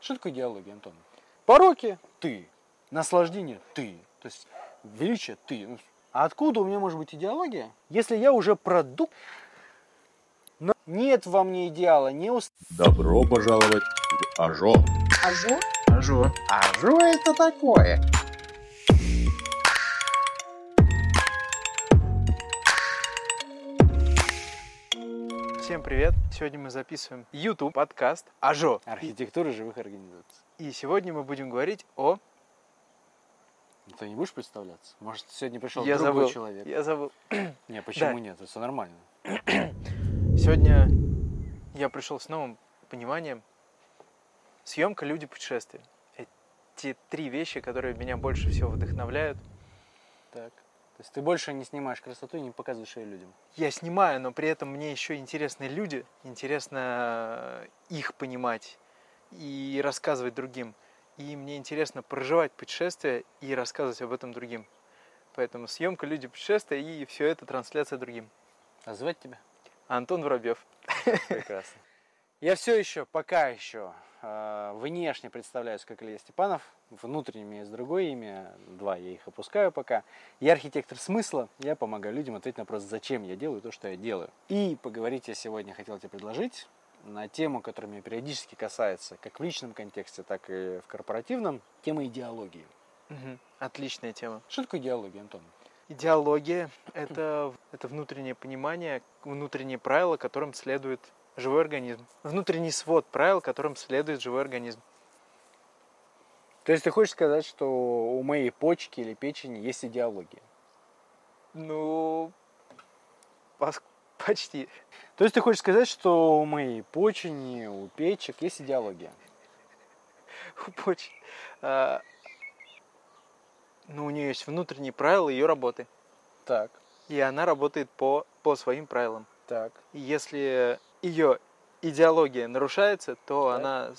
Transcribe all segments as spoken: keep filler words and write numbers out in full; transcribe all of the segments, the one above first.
Что такое идеология, Антон? Пороки – ты. Наслаждение – ты. То есть величие – ты. А откуда у меня может быть идеология, если я уже продукт? Но нет во мне идеала, не уст... Добро пожаловать в Ажо. Ажо? Ажо. Ажо это такое. Всем привет! Сегодня мы записываем YouTube подкаст Ажо. Архитектура живых организаций. И сегодня мы будем говорить о... Ты не будешь представляться? Может, сегодня пришел Я другой забыл. человек? Я забыл. Не, почему Да. нет? Это все нормально. Сегодня я пришел с новым пониманием. Съемка, люди, путешествия. Эти три вещи, которые меня больше всего вдохновляют. Так. То есть ты больше не снимаешь красоту и не показываешь ее людям? Я снимаю, но при этом мне еще интересны люди. Интересно их понимать и рассказывать другим. И мне интересно проживать путешествия и рассказывать об этом другим. Поэтому съемка, люди, путешествия и все это трансляция другим. А звать тебя? Антон Воробьев. Прекрасно. Я все еще, пока еще, э, внешне представляюсь как Илья Степанов. Внутренне есть другое имя. Два, я их опускаю пока. Я архитектор смысла. Я помогаю людям ответить на вопрос, зачем я делаю то, что я делаю. И поговорить я сегодня хотел тебе предложить на тему, которая меня периодически касается, как в личном контексте, так и в корпоративном, тема идеологии. Угу. Отличная тема. Что такое идеология, Антон? Идеология – это, это внутреннее понимание, внутренние правила, которым следует живой организм. Внутренний свод правил, которым следует живой организм. То есть ты хочешь сказать, что у моей почки или печени есть идеология? Ну, почти. То есть ты хочешь сказать, что у моей почени, у печек есть идеология? У почки. А, ну, у нее есть внутренние правила ее работы. Так, И она работает по, по своим правилам. так. И если ее идеология нарушается, то Так. она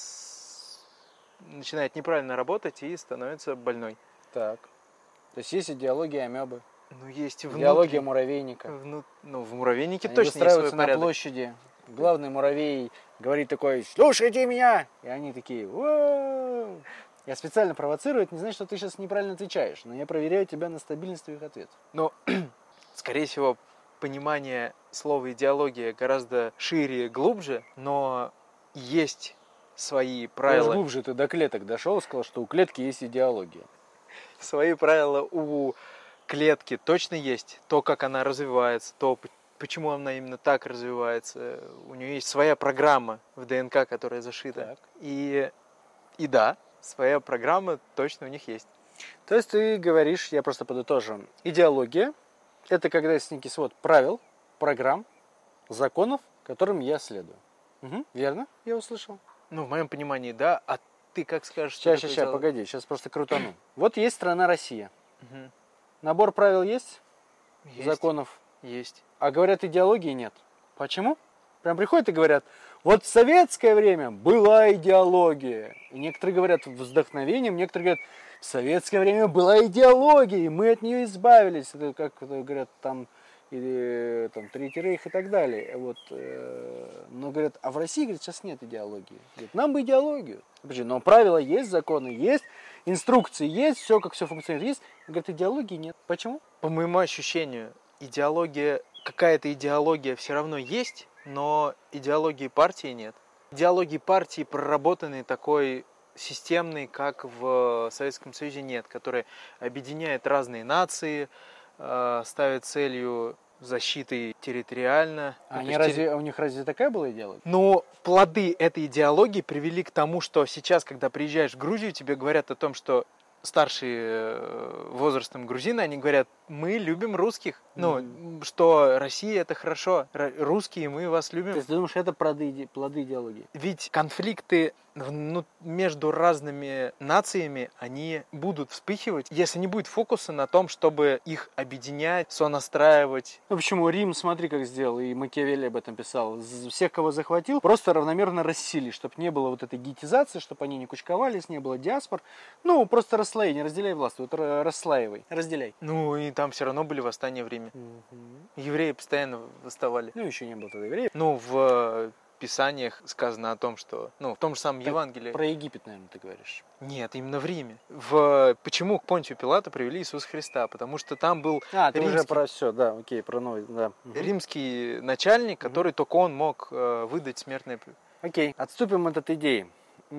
с... начинает неправильно работать и становится больной. Так. То есть есть идеология амебы, Ну, есть идеология внутри... муравейника. Вну... Ну, в муравейнике Они точно есть свой выстраиваются на порядок. площади. Главный муравей говорит такой: слушайте меня! И они такие: «Воу!» Я специально провоцирую, это не значит, что ты сейчас неправильно отвечаешь, но я проверяю тебя на стабильность твоих ответов. Но, скорее всего, понимание слова идеология гораздо шире и глубже, но есть свои правила. Правильно. Глубже ты до клеток дошел и сказал, что у клетки есть идеология. Свои правила у клетки точно есть. То, как она развивается, то, почему она именно так развивается. У нее есть своя программа в ДНК, которая зашита. Так. И, и да, своя программа точно у них есть. То есть ты говоришь, я просто подытожу, идеология – это когда есть некий свод правил, программ, законов, которым я следую. Угу. Верно? Я услышал. Ну, в моем понимании, да. А ты как скажешь? что Сейчас, такое сейчас, сейчас, идеология? погоди, сейчас просто крутану. Вот есть страна Россия. Мгм. Набор правил есть, Есть. законов, Есть. а говорят, идеологии нет. Почему? Прям приходят и говорят: вот в советское время была идеология. И некоторые говорят с вдохновением, некоторые говорят: в советское время была идеология, и мы от нее избавились. Это как это говорят там, или там Третий рейх и так далее. Вот, э, но говорят, а в России, говорят, сейчас нет идеологии. Говорят, нам бы идеологию. Подожди, но правила есть, законы есть, инструкции есть, все как все функционирует есть. Говорят, идеологии нет. Почему? По моему ощущению, идеология, какая-то идеология все равно есть, но идеологии партии нет. Идеологии партии проработанной такой системной, как в Советском Союзе, нет, которая объединяет разные нации, э, ставит целью защиты территориально. А Ну, они то есть разве, у них разве такая была идеология? Но плоды этой идеологии привели к тому, что сейчас, когда приезжаешь в Грузию, тебе говорят о том, что старшие э, возрастом грузины, они говорят: мы любим русских. Ну, Мгм. что Россия это хорошо, Р- русские, мы вас любим. То есть ты думаешь, это плоды, иде- плоды идеологии? Ведь конфликты вну- между разными нациями, они будут вспыхивать, если не будет фокуса на том, чтобы их объединять, сонастраивать. Ну почему? Рим, смотри, как сделал, и Макиавелли об этом писал. З- Всех, кого захватил, просто равномерно рассели, чтобы не было вот этой гетизации, чтобы они не кучковались, не было диаспор. Ну, просто расслоение, разделяй власть, вот ра- расслаивай, разделяй. Ну, и там все равно были восстания в Риме. Евреи постоянно восставали. Ну, еще не было тогда евреев. Ну, в писаниях сказано о том, что, ну, в том же самом Так Евангелии. Про Египет, наверное, ты говоришь. Нет, именно в Риме. В... Почему к Понтию Пилату привели Иисуса Христа? Потому что там был А, ты уже римский, про все, да, окей, про новый, да. Мгм. римский начальник, который только он мог э, выдать смертное... при- Окей, отступим от этой идеи.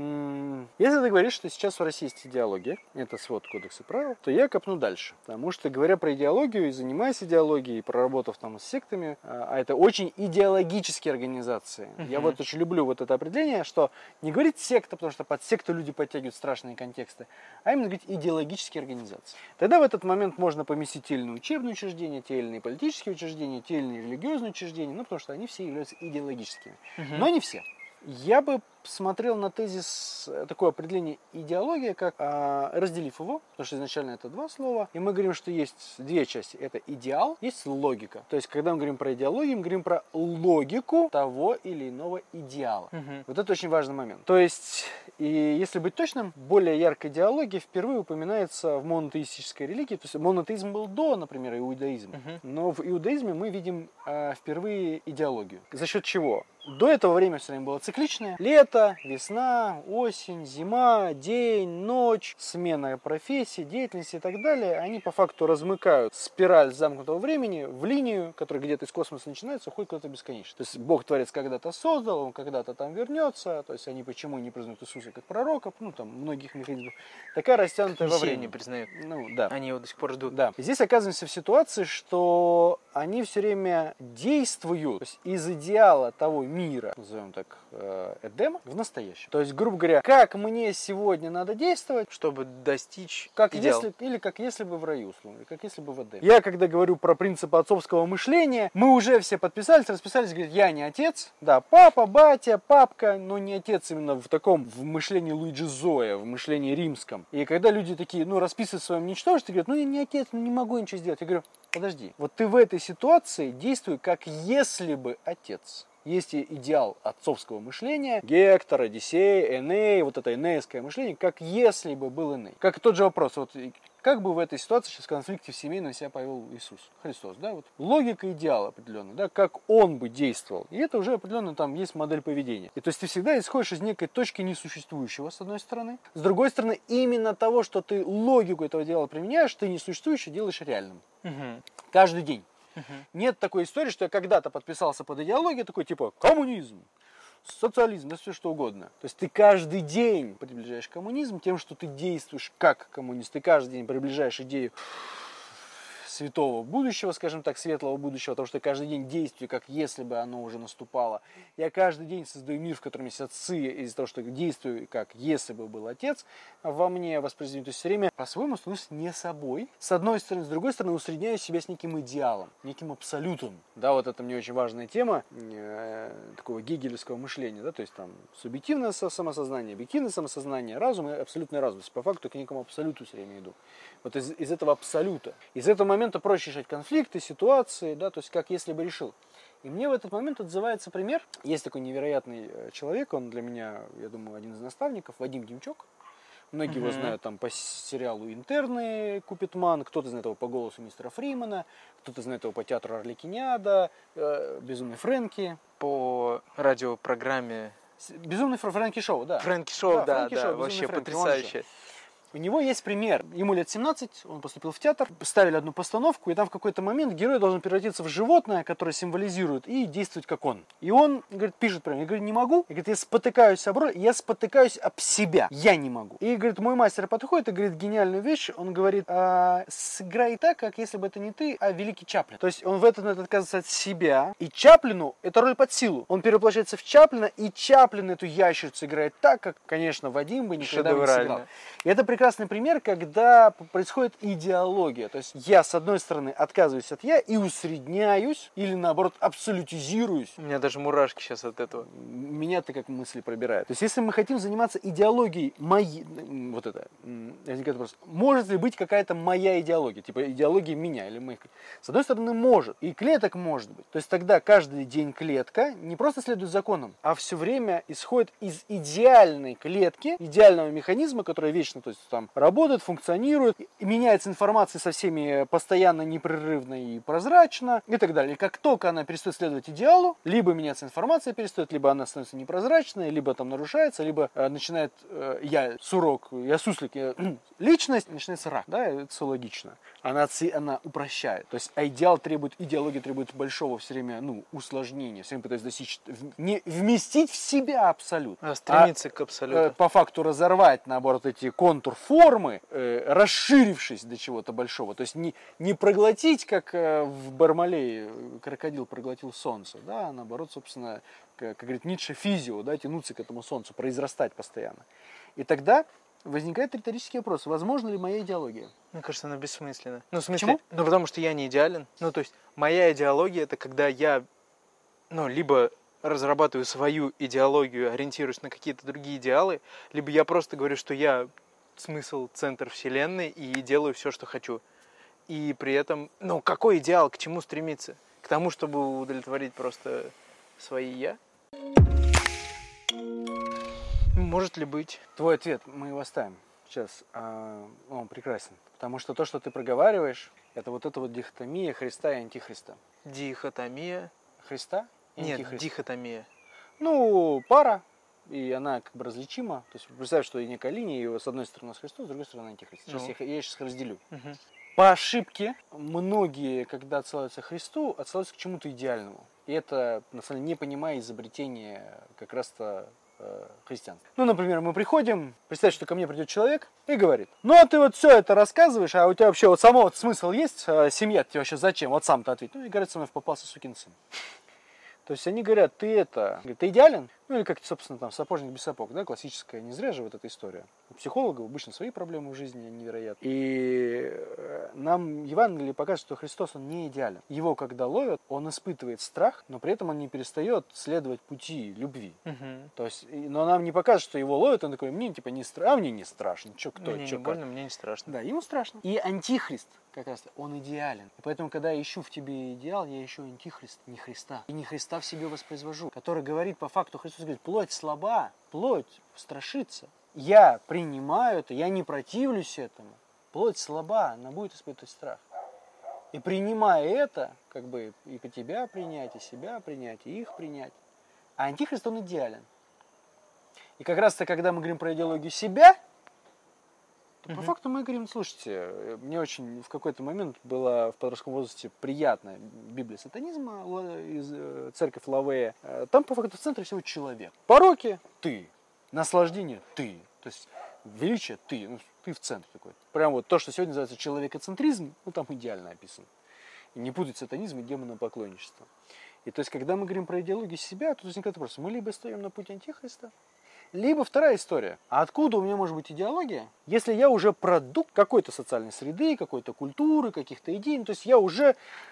М, Если ты говоришь, что сейчас в России есть идеология, это свод кодекса правил, то я копну дальше. Потому что, говоря про идеологию и занимаясь идеологией, и проработав там с сектами, а а это очень идеологические организации. Я Мгм. вот очень люблю вот это определение, что не говорить секта, потому что под секту люди подтягивают страшные контексты, а именно говорить идеологические организации. Тогда в этот момент можно поместить те или иные учебные учреждения, те или иные политические учреждения, те или иные религиозные учреждения, ну потому что они все являются идеологическими. Мгм. Но не все. Я бы смотрел на тезис, э, такое определение идеология, как а, разделив его, потому что изначально это два слова, и мы говорим, что есть две части. Это идеал, есть логика. То есть, когда мы говорим про идеологию, мы говорим про логику того или иного идеала. Мгм. Вот это очень важный момент. То есть, и если быть точным, более яркая идеология впервые упоминается в монотеистической религии. То есть, монотеизм был до, например, иудаизма. Мгм. Но в иудаизме мы видим а, впервые идеологию. За счет чего? До этого время все время было цикличное. Лето, весна, осень, зима, день, ночь, смена профессии, деятельности и так далее. Они по факту размыкают спираль замкнутого времени в линию, которая где-то из космоса начинается, уходит куда-то бесконечно. То есть Бог-творец когда-то создал, он когда-то там вернется. То есть они почему не признают Иисуса как пророка, ну там многих механизмов. Такая растянутая во Мессию времени. не признают. Ну да. Они его до сих пор ждут. Да. И здесь оказываемся в ситуации, что они все время действуют, то есть из идеала того мира, назовем так, э, Эдема, в настоящем. То есть, грубо говоря, как мне сегодня надо действовать, Чтобы достичь как идеала. если, или как если бы в раю, условно, или как если бы в Эдеме. Я, когда говорю про принципы отцовского мышления, мы уже все подписались, расписались, говорят, я не отец, да, папа, батя, папка, но не отец именно в таком, в мышлении Луиджи Зоя, в мышлении римском. И когда люди такие, ну, расписывают в своем ничтожестве, говорят, ну, я не отец, ну, не могу ничего сделать. Я говорю, подожди, вот ты в этой ситуации действуй, как если бы отец. Есть и идеал отцовского мышления, Гектор, Одиссей, Эней, вот это энеевское мышление, как если бы был Эней. Как тот же вопрос, вот как бы в этой ситуации сейчас в конфликте в семейном себя повел Иисус Христос, да, вот логика идеала определенная, да, как он бы действовал, и это уже определенно там есть модель поведения. И то есть ты всегда исходишь из некой точки несуществующего, с одной стороны, с другой стороны, именно того, что ты логику этого дела применяешь, ты несуществующее делаешь реальным. Мгм. Каждый день. Мгм. Нет такой истории, что я когда-то подписался под идеологией, такой типа коммунизм, социализм, да все что угодно. То есть ты каждый день приближаешь коммунизм тем, что ты действуешь как коммунист. Ты каждый день приближаешь идею святого будущего, скажем так, светлого будущего, потому что я каждый день действую, как если бы оно уже наступало. Я каждый день создаю мир, в котором есть отцы, из-за того, что действую, как если бы был отец во мне воспроизведен. То есть все время по-своему становлюсь не собой. С одной стороны, с другой стороны, усредняю себя с неким идеалом, неким абсолютом. Да, вот это мне очень важная тема э, такого гегелевского мышления, да, то есть там субъективное самосознание, объективное самосознание, разум и абсолютный разум. То есть по факту к некому абсолюту все время иду. Вот из, из этого абсолюта. Из этого момента проще решать конфликты, ситуации, да, то есть как если бы решил. И мне в этот момент отзывается пример. Есть такой невероятный человек, он для меня, я думаю, один из наставников, Вадим Демчок. Многие его Мгм. знают там по сериалу «Интерны» Купитман, кто-то знает его по голосу мистера Фримана, кто-то знает его по театру Арлекиниада, э, «Безумный Фрэнки». По радиопрограмме С- «Безумный Фр- Фрэнки Шоу», да. Фрэнки Шоу, Да, да, Фрэнки да, Шоу, «Безумный вообще Фрэнки», он потрясающе. У него есть пример. Ему лет семнадцать, он поступил в театр, ставили одну постановку, и там в какой-то момент герой должен превратиться в животное, которое символизирует, и действовать как он. И он, говорит, пишет прямо, я говорю, не могу. И говорит, я спотыкаюсь об роль, я спотыкаюсь об себя, я не могу. И, говорит, мой мастер подходит и говорит гениальную вещь, он говорит, а, сыграй так, как если бы это не ты, а великий Чаплин. То есть он в этот момент отказывается от себя, и Чаплину эта роль под силу. Он перевоплощается в Чаплина, и Чаплин эту ящерицу играет так, как, конечно, Вадим бы никогда бы не сыграл. Шедеврально. И это прекрасный пример, когда происходит идеология. То есть я, с одной стороны, отказываюсь от я и усредняюсь, или наоборот, абсолютизируюсь. У меня даже мурашки сейчас от этого. Меня-то как мысли пробирает. То есть если мы хотим заниматься идеологией моей, вот это, возникает вопрос, может ли быть какая-то моя идеология, типа идеология меня или моих. С одной стороны, может. И клеток может быть. То есть тогда каждый день клетка не просто следует законам, а все время исходит из идеальной клетки, идеального механизма, который вечно, то есть там работает, функционирует, и меняется информация со всеми постоянно, непрерывно и прозрачно и так далее. И как только она перестает следовать идеалу, либо меняется информация перестает, либо она становится непрозрачной, либо там нарушается, либо э, начинает э, я сурок, я суслик, я, личность, начинается рак, да, это все логично. Она, она упрощает. То есть а идеал требует, идеология требует большого все время, ну, усложнения, все время пытаясь достичь, не вместить в себя абсолют. А стремиться а, к абсолюту. Э, по факту разорвать, наоборот, эти контур формы, э, расширившись до чего-то большого. То есть не, не проглотить, как э, в Бармалее крокодил проглотил солнце, да, а наоборот, собственно, как, как говорит Ницше, физио, да, тянуться к этому солнцу, произрастать постоянно. И тогда возникает риторический вопрос, возможно ли моя идеология? Мне кажется, она бессмысленна. Ну, в смысле, Почему? Ну, потому что я не идеален. Ну, то есть, моя идеология, это когда я, ну, либо разрабатываю свою идеологию, ориентируюсь на какие-то другие идеалы, либо я просто говорю, что я смысл, центр вселенной и делаю все, что хочу. И при этом, ну, какой идеал, к чему стремиться? К тому, чтобы удовлетворить просто свои «я»? Может ли быть? Твой ответ, мы его оставим сейчас, а, он прекрасен. Потому что то, что ты проговариваешь, это вот эта вот дихотомия Христа и антихриста. Дихотомия? Христа и Нет, антихриста. дихотомия. Ну, пара, и она как бы различима. То есть представь, что есть некая линия, и с одной стороны Христос, с другой стороны антихрист. Сейчас Ну. я, я сейчас разделю. Угу. По ошибке многие, когда отсылаются к Христу, отсылаются к чему-то идеальному. И это, на самом деле, не понимая изобретения как раз-то христианства. Ну, например, мы приходим, представь, что ко мне придет человек и говорит, ну, а ты вот все это рассказываешь, а у тебя вообще вот само вот смысл есть, а семья тебе вообще зачем? Вот сам-то ответь. Ну, и говорит, со мной попался сукин сын. То есть они говорят, ты это, ты идеален? Ну, или как, собственно, там, сапожник без сапог, да, классическая, не зря же вот эта история. У психологов обычно свои проблемы в жизни невероятные. И нам Евангелие показывает, что Христос, он не идеален. Его, когда ловят, он испытывает страх, но при этом он не перестает следовать пути любви. Угу. То есть, но нам не покажет, что его ловят, он такой, мне типа не страшно, а мне не страшно, чё, кто, мне чё, не как. больно, мне не страшно. Да, ему страшно. И антихрист, как раз, он идеален. И поэтому, когда я ищу в тебе идеал, я ищу антихрист, не Христа. И не Христа в себе воспроизвожу, который говорит по факту, Христос говорит, плоть слаба, плоть страшится. Я принимаю это, я не противлюсь этому. Плоть слаба, она будет испытывать страх. И принимая это, как бы и по тебя принять, и себя принять, и их принять. А антихрист, он идеален. И как раз-то, когда мы говорим про идеологию себя, то по факту мы говорим, слушайте, мне очень в какой-то момент было в подростковом возрасте приятно Библия сатанизма из церковь Лавея. Там по факту в центре всего человек. Пороки – ты, наслаждение – ты. То есть величие – ты, ну, ты в центре такой. Прям вот то, что сегодня называется человекоцентризм, ну там идеально описано. И не путать сатанизм и демонопоклонничество. И то есть, когда мы говорим про идеологию себя, то возникает вопрос, мы либо стоим на пути антихриста, либо вторая история. А откуда у меня может быть идеология, если я уже продукт какой-то социальной среды, какой-то культуры, каких-то идей, ну, то есть я уже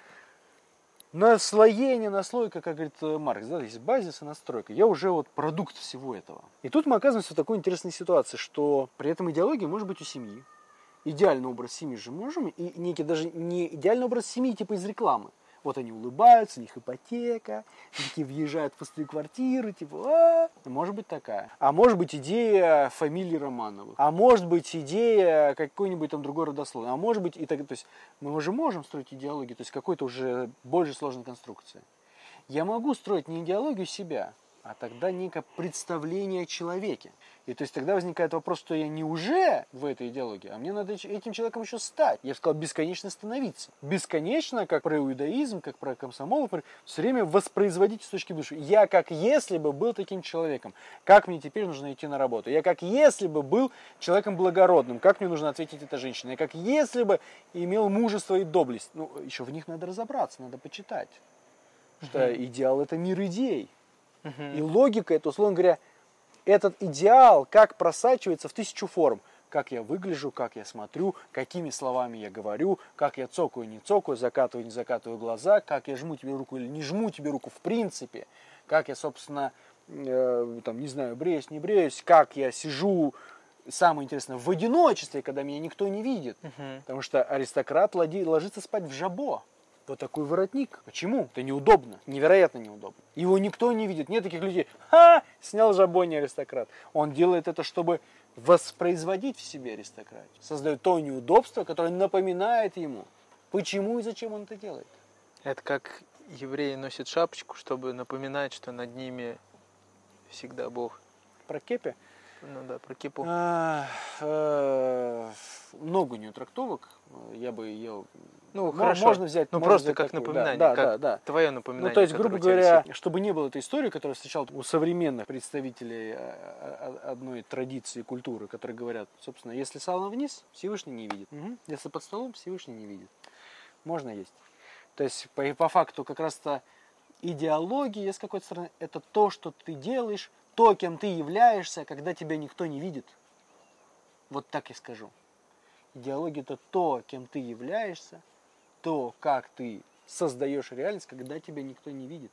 наслоение, наслойка, как говорит Маркс, да, есть базис и настройка. Я уже вот продукт всего этого. И тут мы оказываемся в такой интересной ситуации, что при этом идеология может быть у семьи. Идеальный образ семьи же можем, и некий даже не идеальный образ семьи типа из рекламы. Вот они улыбаются, у них ипотека, такие въезжают в пустую квартиру, типа, а может быть такая. А может быть идея фамилии Романовых. А может быть идея какой-нибудь там другой родословной. А может быть и так, то есть мы уже можем строить идеологию, то есть какой-то уже более сложной конструкции. Я могу строить не идеологию себя, а тогда некое представление о человеке. И то есть тогда возникает вопрос, что я не уже в этой идеологии, а мне надо этим человеком еще стать. Я бы сказал, бесконечно становиться. Бесконечно, как про иудаизм, как про комсомол, все время воспроизводить с точки души. Я как если бы был таким человеком. Как мне теперь нужно идти на работу? Я как если бы был человеком благородным. Как мне нужно ответить этой женщине? Я как если бы имел мужество и доблесть. Ну, еще в них надо разобраться, надо почитать. Что uh-huh. идеал – это мир идей. Uh-huh. И логика – это, условно говоря, этот идеал как просачивается в тысячу форм. Как я выгляжу, как я смотрю, какими словами я говорю, как я цокаю, не цокаю, закатываю, не закатываю глаза, как я жму тебе руку или не жму тебе руку в принципе, как я, собственно, э, там, не знаю, бреюсь, не бреюсь, как я сижу, самое интересное, в одиночестве, когда меня никто не видит. Uh-huh. Потому что аристократ ложится спать в жабо. вот такой воротник. Почему? Это неудобно, невероятно неудобно. Его никто не видит, нет таких людей. Ха! Снял жабони аристократ. Он делает это, чтобы воспроизводить в себе аристократию. Создает то неудобство, которое напоминает ему, почему и зачем он это делает. Это как евреи носят шапочку, чтобы напоминать, что над ними всегда Бог. Про кепи? Ну да, про кипу. А, э, много у нее трактовок. Я бы ее... Ну, мо- хорошо. Можно взять... Ну, можно просто взять как такую, напоминание, Да, да, как да, да. твое напоминание. Ну, то есть, которое грубо у тебя говоря, висит. чтобы не было этой истории, которую я встречал у современных представителей а, а, одной традиции культуры, которые говорят, собственно, если сало вниз, Всевышний не видит. Мгм. Если под столом, Всевышний не видит. Можно есть. То есть, по, по факту, как раз-то идеология, с какой-то стороны, это то, что ты делаешь, то, кем ты являешься, когда тебя никто не видит. Вот так я скажу. Идеология – это то, кем ты являешься, то, как ты создаешь реальность, когда тебя никто не видит.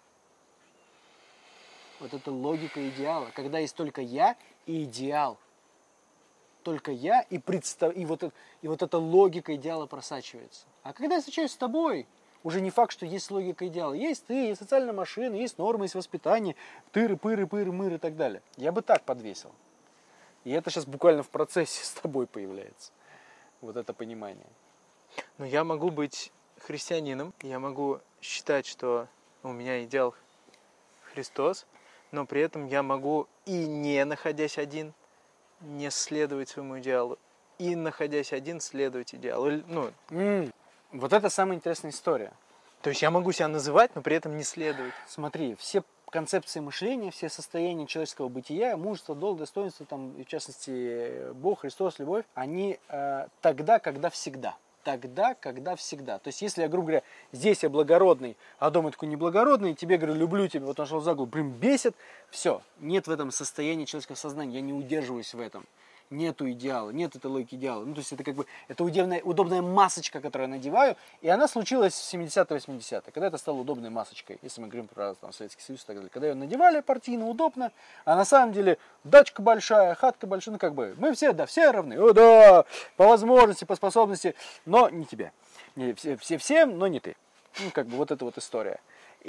Вот это логика идеала. Когда есть только я и идеал. Только я и, представ... и, вот, это... и вот эта логика идеала просачивается. А когда я встречаюсь с тобой, уже не факт, что есть логика идеала. Есть ты, есть социальная машина, есть нормы, есть воспитание, тыры, пыры, пыры, мыры и так далее. Я бы так подвесил. И это сейчас буквально в процессе с тобой появляется. Вот это понимание. Но я могу быть христианином, я могу считать, что у меня идеал Христос, но при этом я могу и не находясь один, не следовать своему идеалу, и находясь один, следовать идеалу. Или, Ну, М, Вот это самая интересная история. то есть я могу себя называть, но при этом не следовать. Смотри, все концепции мышления, все состояния человеческого бытия, мужество, долг, достоинство, там, и в частности, Бог, Христос, любовь, они э, тогда, когда всегда. Тогда, когда всегда. То есть, если я, грубо говоря, здесь я благородный, а дома такой неблагородный, и тебе говорю, люблю тебя, вот нашел за голову, блин, бесит, все, нет в этом состоянии человеческого сознания, я не удерживаюсь в этом. Нету идеала, нет этой логики идеала. Ну, то есть это как бы это удобная, удобная масочка, которую я надеваю, и она случилась в семидесятые восьмидесятые, когда это стало удобной масочкой, если мы говорим про там, Советский Союз и так далее. Когда ее надевали партийно, удобно, а на самом деле дачка большая, хатка большая, ну как бы мы все, да, все равны, о да, по возможности, по способности, но не тебе. Не, все, все всем, но не ты. Ну, как бы вот эта вот история.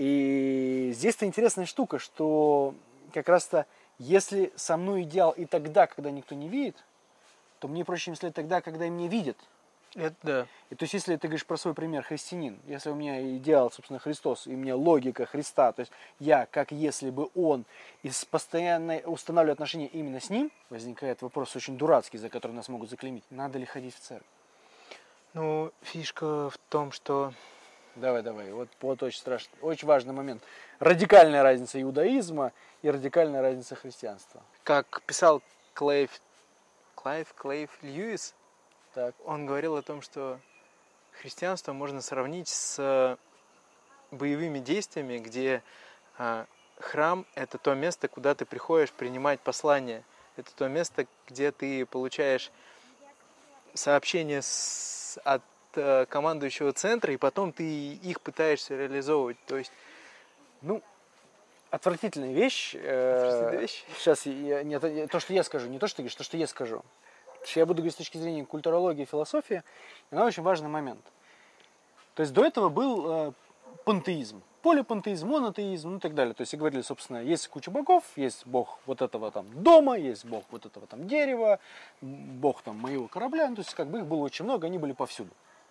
И здесь-то интересная штука, что как раз-то если со мной идеал и тогда, когда никто не видит, то мне проще им следовать тогда, когда и меня видят. Это да. И то есть, если ты говоришь про свой пример христианин, если у меня идеал, собственно, Христос, и у меня логика Христа, то есть я, как если бы Он, и постоянно устанавливаю отношения именно с Ним, возникает вопрос очень дурацкий, за который нас могут заклеймить. Надо ли ходить в церковь? Ну, фишка в том, что... Давай, давай. Вот, вот очень страшный, очень важный момент. Радикальная разница иудаизма и радикальная разница христианства. Как писал Клайв, Клайв, Клайв Льюис, Так. он говорил о том, что христианство можно сравнить с боевыми действиями, где а, храм – это то место, куда ты приходишь принимать послание. Это то место, где ты получаешь сообщение с, от а, командующего центра, и потом ты их пытаешься реализовывать. То есть, Ну, отвратительная вещь. Отвратительная вещь? Сейчас, я, не, то, то, что я скажу, не то, что ты говоришь, то, что я скажу. Я буду говорить с точки зрения культурологии и философии, и это очень важный момент. То есть до этого был э, пантеизм. Полипантеизм, монотеизм, ну и так далее. То есть и говорили, собственно, есть куча богов, есть бог вот этого там дома, есть бог вот этого там дерева, бог там моего корабля. Ну, то есть как бы их было очень много, они были повсюду.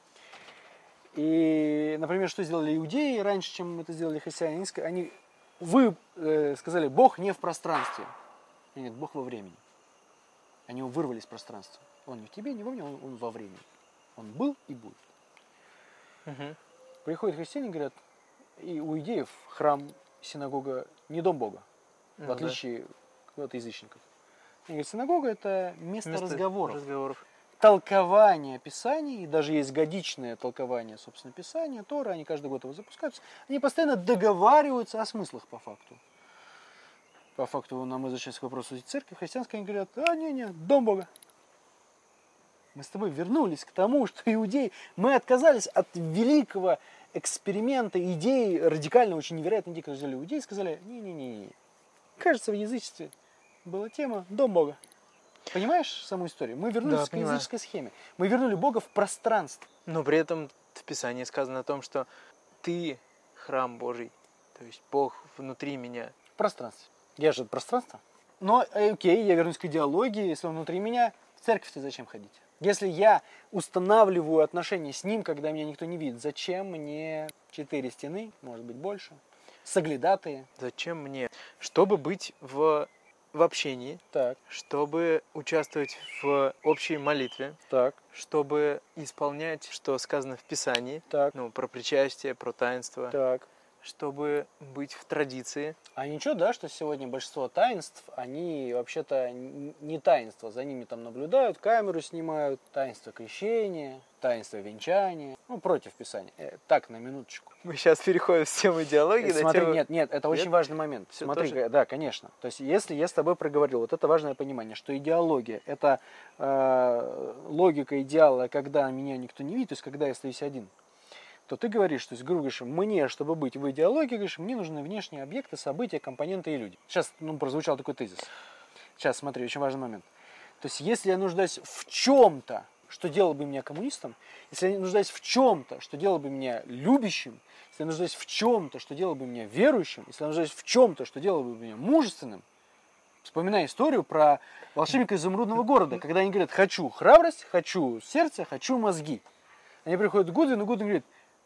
И, например, что сделали иудеи раньше, чем это сделали христиане? Они, вы э, сказали, Бог не в пространстве. Нет, Бог во времени. Они вырвали из пространства. Он не в тебе, не во мне, он, он во времени. Он был и будет. угу. Приходят христиане и говорят, и у иудеев храм, синагога не дом Бога, Ну, в отличие да. от язычников. Они говорят, синагога это место, место разговоров. разговоров. Толкование Писаний, и даже есть годичное толкование, собственно, Писания, Тора, они каждый год его запускаются, они постоянно договариваются о смыслах по факту. По факту нам возвращаясь к вопросу церкви христианской, они говорят, а, не-не, дом Бога. Мы с тобой вернулись к тому, что иудеи, мы отказались от великого эксперимента, идеи, радикально, очень невероятной идеи, которые взяли иудеи, и сказали, не-не-не, кажется, в язычестве была тема дом Бога. Понимаешь саму историю? Мы вернулись Да, к понимаю. языческой схеме. Мы вернули Бога в пространство. Но при этом В Писании сказано о том, что ты храм Божий, то есть Бог внутри меня. В пространстве. Я же пространство. Но, э, окей, я вернусь к идеологии. Если он внутри меня, в церковь-то зачем ходить? Если я устанавливаю отношения с ним, когда меня никто не видит, зачем мне четыре стены, может быть больше, соглядатые? Зачем мне? Чтобы быть в, в общении, Так, чтобы участвовать в общей молитве, так, чтобы исполнять, что сказано в Писании, так, ну, про причастие, про таинство, так. чтобы быть в традиции. А ничего, да, что сегодня большинство таинств, они вообще-то н- не таинства. За ними там наблюдают, камеру снимают, таинство крещения, таинство венчания. Ну, против Писания. Э, так, на минуточку. Мы сейчас переходим с темы идеологии Э, на Смотри, тему... нет, нет, это Нет? очень важный момент. Всё Смотри, тоже? ка- да, конечно. То есть, если я с тобой проговорил, вот это важное понимание, что идеология – это э, логика идеала, когда меня никто не видит, то есть, когда я остаюсь один, то ты говоришь, то есть, грубо говоря, мне, чтобы быть в идеологии, говоришь, мне нужны внешние объекты, события, компоненты и люди. Сейчас, ну, прозвучал такой тезис. Сейчас, смотри, очень важный момент. То есть, если я нуждаюсь в чем-то, что делало бы меня коммунистом, если я нуждаюсь в чем-то, что делало бы меня любящим, если я нуждаюсь в чем-то, что делало бы меня верующим, если я нуждаюсь в чем-то, что делало бы меня мужественным, вспоминай историю про волшебника изумрудного города, когда они говорят, хочу храбрость, хочу сердце, хочу мозги. Они приходят к Гудвину, и Гудвин говорит,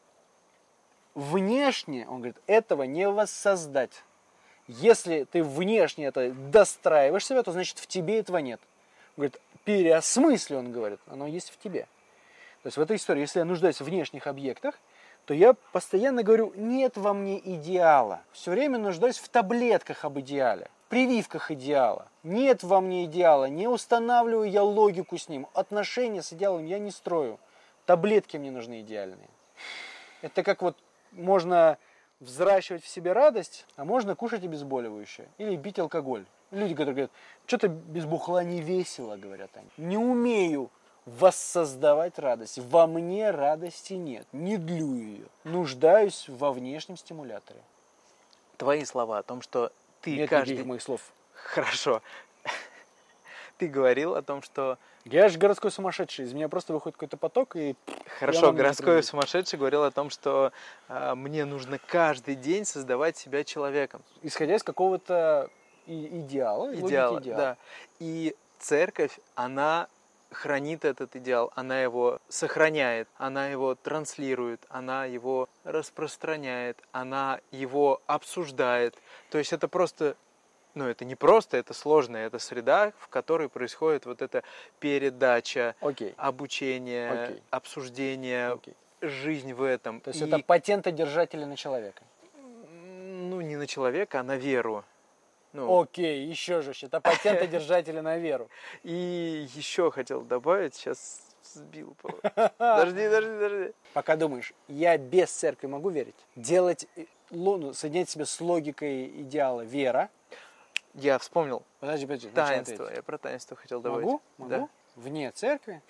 внешне, он говорит, этого не воссоздать. Если ты внешне это достраиваешь себя, то значит в тебе этого нет. Он говорит, переосмысли, он говорит, оно есть в тебе. То есть в этой истории, если я нуждаюсь в внешних объектах, то я постоянно говорю, нет во мне идеала. Все время нуждаюсь в таблетках об идеале, прививках идеала. Нет во мне идеала, не устанавливаю я логику с ним, отношения с идеалом я не строю. Таблетки мне нужны идеальные. Это как вот можно взращивать в себе радость, а можно кушать обезболивающее или пить алкоголь. Люди, которые говорят, что-то без бухла не весело, говорят они. Не умею воссоздавать радость. Во мне радости нет, не длю ее. Нуждаюсь во внешнем стимуляторе. Твои слова о том, что ты Нет каждый... никаких моих слов. Хорошо. Ты говорил о том, что... Я же городской сумасшедший, из меня просто выходит какой-то поток и... Хорошо, могу городской определить. сумасшедший говорил о том, что а, мне нужно каждый день создавать себя человеком. Исходя из какого-то и- идеала, логики Идеала, идеала. да. И церковь, она хранит этот идеал, она его сохраняет, она его транслирует, она его распространяет, она его обсуждает. То есть это просто... Ну, это не просто, это сложно, это среда, в которой происходит вот эта передача, Окей. обучение, Окей. обсуждение, Окей. жизнь в этом. То есть И, это патентодержатели на человека. ну, не на человека, а на веру. Ну, Окей, еще же, это патентодержатели на веру. и еще хотел добавить, сейчас сбил. Подожди, подожди, подожди. Пока думаешь, я без церкви могу верить? Делать, э, ло- ну, соединять себя с логикой идеала вера. Я вспомнил. Подожди, подожди. начало Таинство. третье. Я про таинство хотел добавить. Могу? Могу? Да. Вне церкви?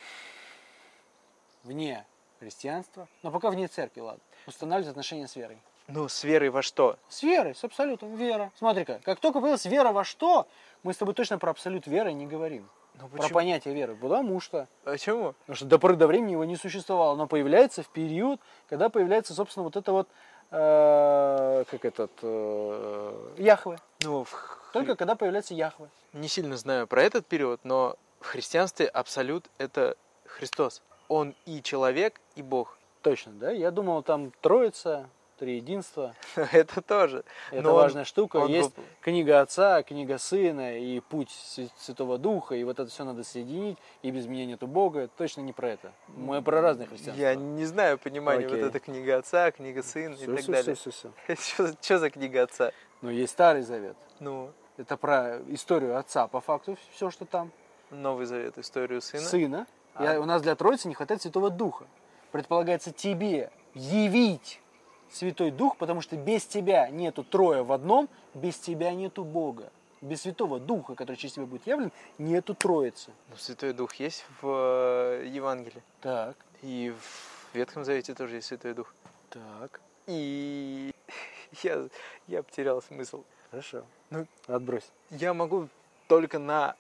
Вне христианства? Но пока вне церкви, ладно. Устанавливать отношения с верой. Ну, с верой во что? С верой, с абсолютом, вера. Смотри-ка, как только появилась вера во что, мы с тобой точно про абсолют веры не говорим. Ну, Про почему? понятие веры. Потому что, Почему? потому что до поры до времени его не существовало. Оно появляется в период, когда появляется, собственно, вот это вот, э, как этот, э, Яхве. Ну, в... Только когда появляется Яхве. не сильно знаю про этот период, но в христианстве абсолют – это Христос. Он и человек, и Бог. Точно, да? Я думал, там Троица, Триединство. Это тоже. Это Но он- важная штука. он Есть был- книга Отца, книга Сына и путь Свя- Святого Духа. И вот это все надо соединить. И без меня нету Бога. Это точно не про это. Мы про разные христианства. Я не знаю понимания. Окей. Вот эта книга Отца, книга Сына и Всё, так всё, далее. всё, всё, всё. Что, что за книга Отца? Но есть Старый Завет. Ну, Это про историю Отца, по факту, все, что там. Новый Завет, историю Сына. Сына. А. Я- у нас для Троицы не хватает Святого Духа. Предполагается тебе явить Святой Дух, потому что без тебя нету трое в одном, без тебя нету Бога. Без Святого Духа, который через тебя будет явлен, нету Троицы. Ну, Святой Дух есть в э, Евангелии. Так, И в Ветхом Завете тоже есть Святой Дух. так, И я, я потерял смысл. хорошо. Ну, Отбрось. я могу только на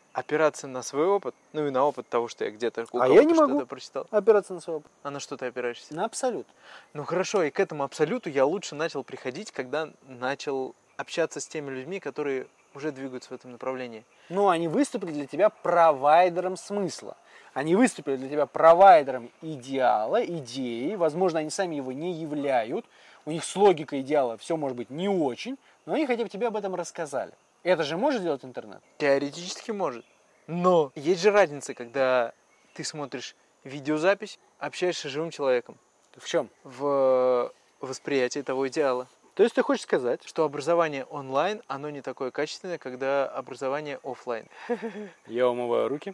опираться на свой опыт, ну и на опыт того, что я где-то у А кого-то я не что-то могу. прочитал. Опираться на свой опыт. А на что ты опираешься? На абсолют. Ну хорошо, и к этому абсолюту я лучше начал приходить, когда начал общаться с теми людьми, которые уже двигаются в этом направлении. Ну, они выступили для тебя провайдером смысла. Они выступили для тебя провайдером идеала, идеи. Возможно, они сами его не являют. У них с логикой идеала все может быть не очень, но они хотя бы тебе об этом рассказали. Это же может сделать интернет? Теоретически может. Но есть же разница, когда ты смотришь видеозапись, общаешься с живым человеком. В чем? В восприятии того идеала. То есть ты хочешь сказать, Что образование онлайн, оно не такое качественное, когда образование офлайн. я умываю руки.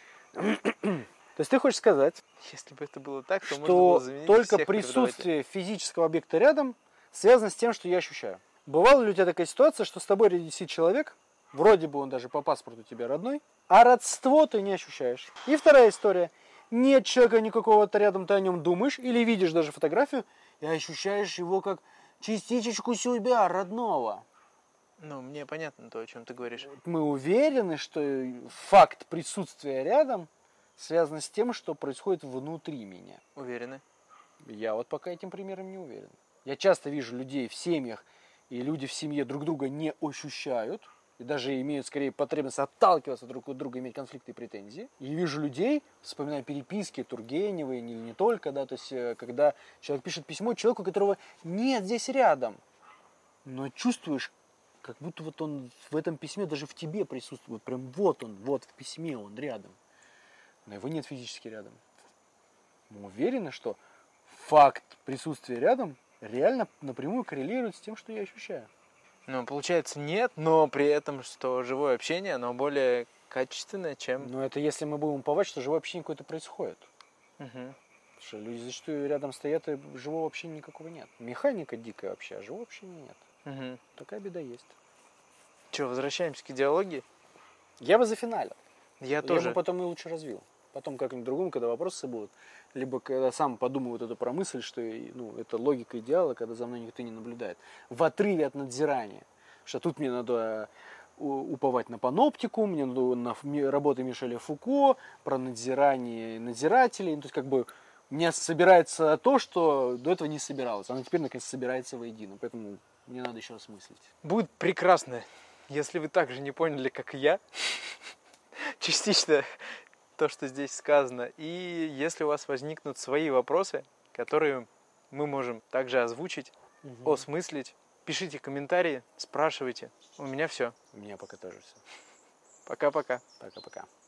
То есть ты хочешь сказать, Если бы это было так, то можно было что заменить только всех преподавателей. присутствие физического объекта рядом связано с тем, что я ощущаю. Бывала ли у тебя такая ситуация, что с тобой рядом сидит человек, вроде бы он даже по паспорту тебе родной, а родство ты не ощущаешь? И вторая история. Нет человека никакого-то рядом, ты о нем думаешь или видишь даже фотографию и ощущаешь его как частичечку себя, родного. Ну, мне понятно то, о чем ты говоришь. Мы уверены, что факт присутствия рядом связан с тем, что происходит внутри меня. Уверены? Я вот пока этим примером не уверен. Я часто вижу людей в семьях, и люди в семье друг друга не ощущают, и даже имеют скорее потребность отталкиваться друг от друга, иметь конфликты и претензии. И вижу людей, вспоминая переписки Тургеневой, не, не только, да, то есть э, когда человек пишет письмо человеку, которого нет здесь рядом, но чувствуешь, как будто вот он в этом письме даже в тебе присутствует, вот прям вот он, вот в письме он рядом, но его нет физически рядом. Мы уверены, что факт присутствия рядом реально напрямую коррелирует с тем, что я ощущаю. Ну, получается, нет, но при этом, что живое общение, оно более качественное, чем... Но это если мы будем уповать, что живое общение какое-то происходит. Угу. Потому что люди зачастую рядом стоят, и живого общения никакого нет. Механика дикая вообще, а живого общения нет. Угу. Такая беда есть. Че, возвращаемся к идеологии? Я бы зафиналил. Я Я тоже. бы потом и лучше развил. Потом как-нибудь другому, когда вопросы будут. Либо когда сам подумаю вот эту про мысль, что ну, это логика идеала, когда за мной никто не наблюдает. В отрыве от надзирания. Что тут мне надо уповать на паноптику, мне надо на работы Мишеля Фуко, про надзирание надзирателей. То есть как бы у меня собирается то, что до этого не собиралось. Оно теперь наконец собирается воедино. Поэтому мне надо еще осмыслить. Будет прекрасно, если вы также не поняли, как и я, частично то, что здесь сказано. И если у вас возникнут свои вопросы, которые мы можем также озвучить, угу. осмыслить, пишите комментарии, спрашивайте. У меня все. У меня пока тоже все. Пока-пока. Пока-пока.